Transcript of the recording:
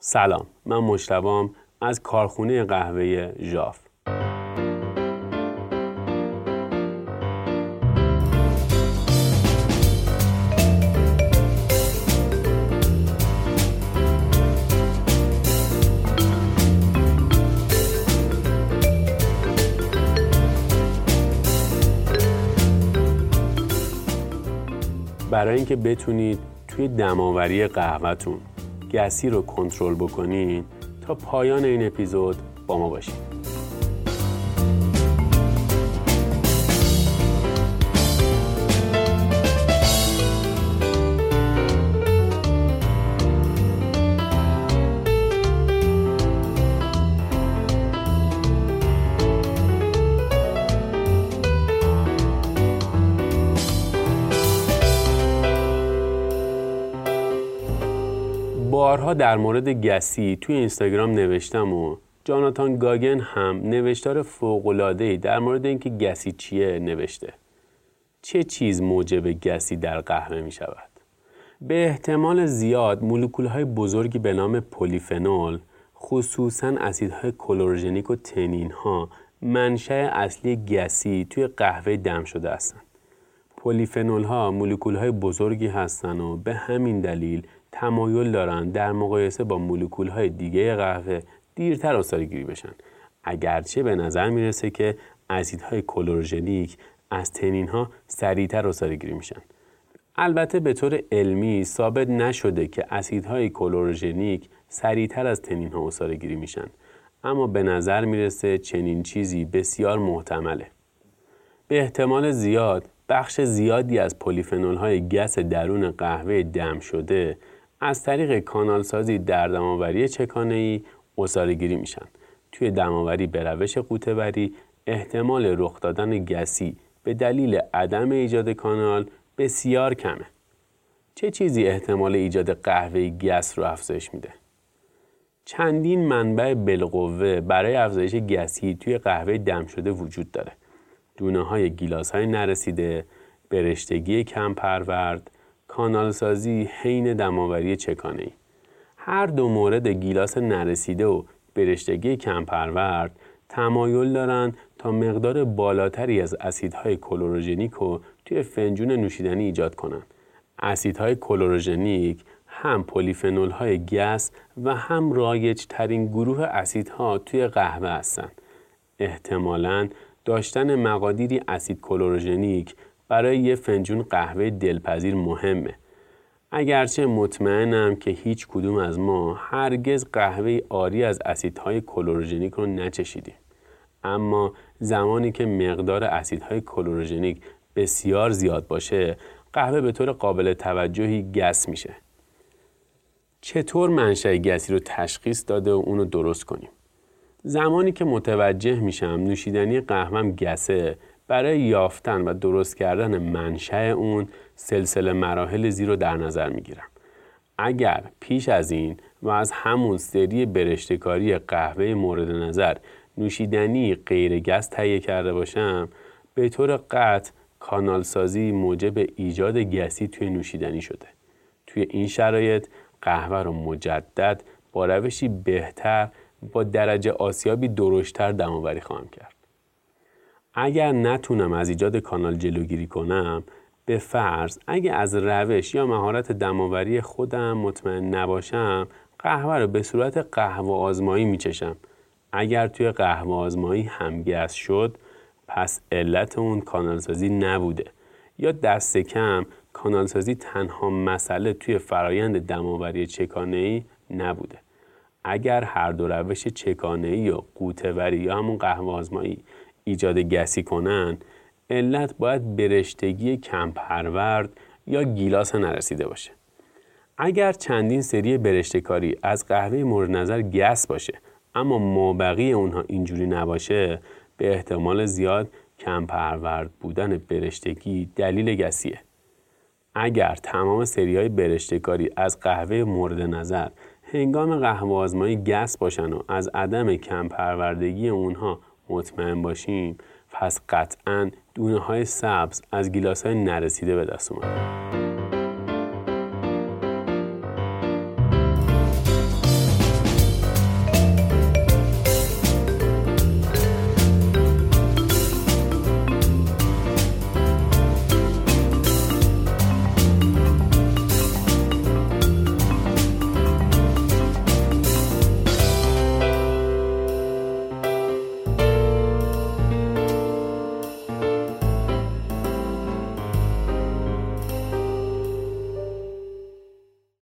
سلام، من مجتبی‌ام از کارخونه قهوه ژاف. برای اینکه بتونید توی دماوری قهوه‌تون گسی رو کنترل بکنید، تا پایان این اپیزود با ما باشید. بارها در مورد گسی توی اینستاگرام نوشتم و جاناتان گاگن هم نوشتار فوق‌العاده‌ای در مورد اینکه گسی چیه نوشته. چه چیز موجب گسی در قهوه می شود؟ به احتمال زیاد مولکول‌های بزرگی به نام پلیفنول، خصوصاً اسیدهای کلوروژنیک و تنین‌ها، منشأ اصلی گسی توی قهوه دم شده هستند. پلیفنول‌ها مولکول‌های بزرگی هستند و به همین دلیل تمایل دارن در مقایسه با مولکول‌های دیگه قهوه دیرتر عصاره‌گیری بشن، اگرچه به نظر میرسه که اسیدهای کلوروژنیک از تنین‌ها سریعتر عصاره‌گیری میشن. البته به طور علمی ثابت نشده که اسیدهای کلوروژنیک سریعتر از تنین‌ها عصاره‌گیری میشن، اما به نظر میرسه چنین چیزی بسیار محتمله. به احتمال زیاد بخش زیادی از پلیفنول‌های گس درون قهوه دم شده از طریق کانال سازی در دماوری چکانه‌ای عصاره‌گیری میشن. توی دماوری به روش قوطه‌وری احتمال رخ دادن گسی به دلیل عدم ایجاد کانال بسیار کمه. چه چیزی احتمال ایجاد قهوه گس رو افزایش میده؟ چندین منبع بالقوه برای افزایش گسی توی قهوه دم شده وجود داره. دونه‌های گیلاس‌های نرسیده، برشتگی کم پرورد، کانال سازی حین دماوری چکانه‌ای. هر دو مورد گیلاس نرسیده و برشتگی کم پرورد تمایل دارن تا مقدار بالاتری از اسیدهای کلوروژنیک رو توی فنجون نوشیدنی ایجاد کنن. اسیدهای کلوروژنیک هم پلیفنول‌های گس و هم رایج ترین گروه اسیدها توی قهوه هستن. احتمالاً داشتن مقادیری اسید کلوروژنیک برای یه فنجون قهوه دلپذیر مهمه. اگرچه مطمئنم که هیچ کدوم از ما هرگز قهوه عاری از اسیدهای کلوروژنیک رو نچشیدیم. اما زمانی که مقدار اسیدهای کلوروژنیک بسیار زیاد باشه، قهوه به طور قابل توجهی گس میشه. چطور منشأ گسی رو تشخیص داده و اونو درست کنیم؟ زمانی که متوجه میشم نوشیدنی قهوه‌م گسه، برای یافتن و درست کردن منشأ اون سلسله مراحل زیر رو در نظر میگیرم. اگر پیش از این و از همون سری برشته‌کاری قهوه مورد نظر نوشیدنی غیر گس تهیه کرده باشم، به طور قطع کانال سازی موجب ایجاد گسی توی نوشیدنی شده. توی این شرایط قهوه رو مجدد با روشی بهتر با درجه آسیابی درشت‌تر دماوری خواهم کرد. اگر نتونم از ایجاد کانال جلوگیری کنم، به فرض اگه از روش یا مهارت دماوری خودم مطمئن نباشم، قهوه رو به صورت قهوه آزمایی میچشم. اگر توی قهوه آزمایی هم گس شد، پس علت اون کانال سازی نبوده، یا دست کم کانال سازی تنها مسئله توی فرایند دماوری چکانه‌ای نبوده. اگر هر دو روش چکانه‌ای و قوطه‌وری یا همون قهوه آزمایی ایجاد گسی کنن، علت باید برشتگی کم پرورد یا گیلاس نرسیده باشه. اگر چندین سری برشته‌کاری از قهوه مورد نظر گس باشه اما مابقی اونها اینجوری نباشه، به احتمال زیاد کم پرورد بودن برشتگی دلیل گسیه. اگر تمام سری‌های برشته‌کاری از قهوه مورد نظر هنگام قهوه آزمایی گس باشن و از عدم کم پروردگی اونها مطمئن باشیم، پس قطعاً دونه‌های سبز از گیلاس‌های نرسیده به دست اومدن.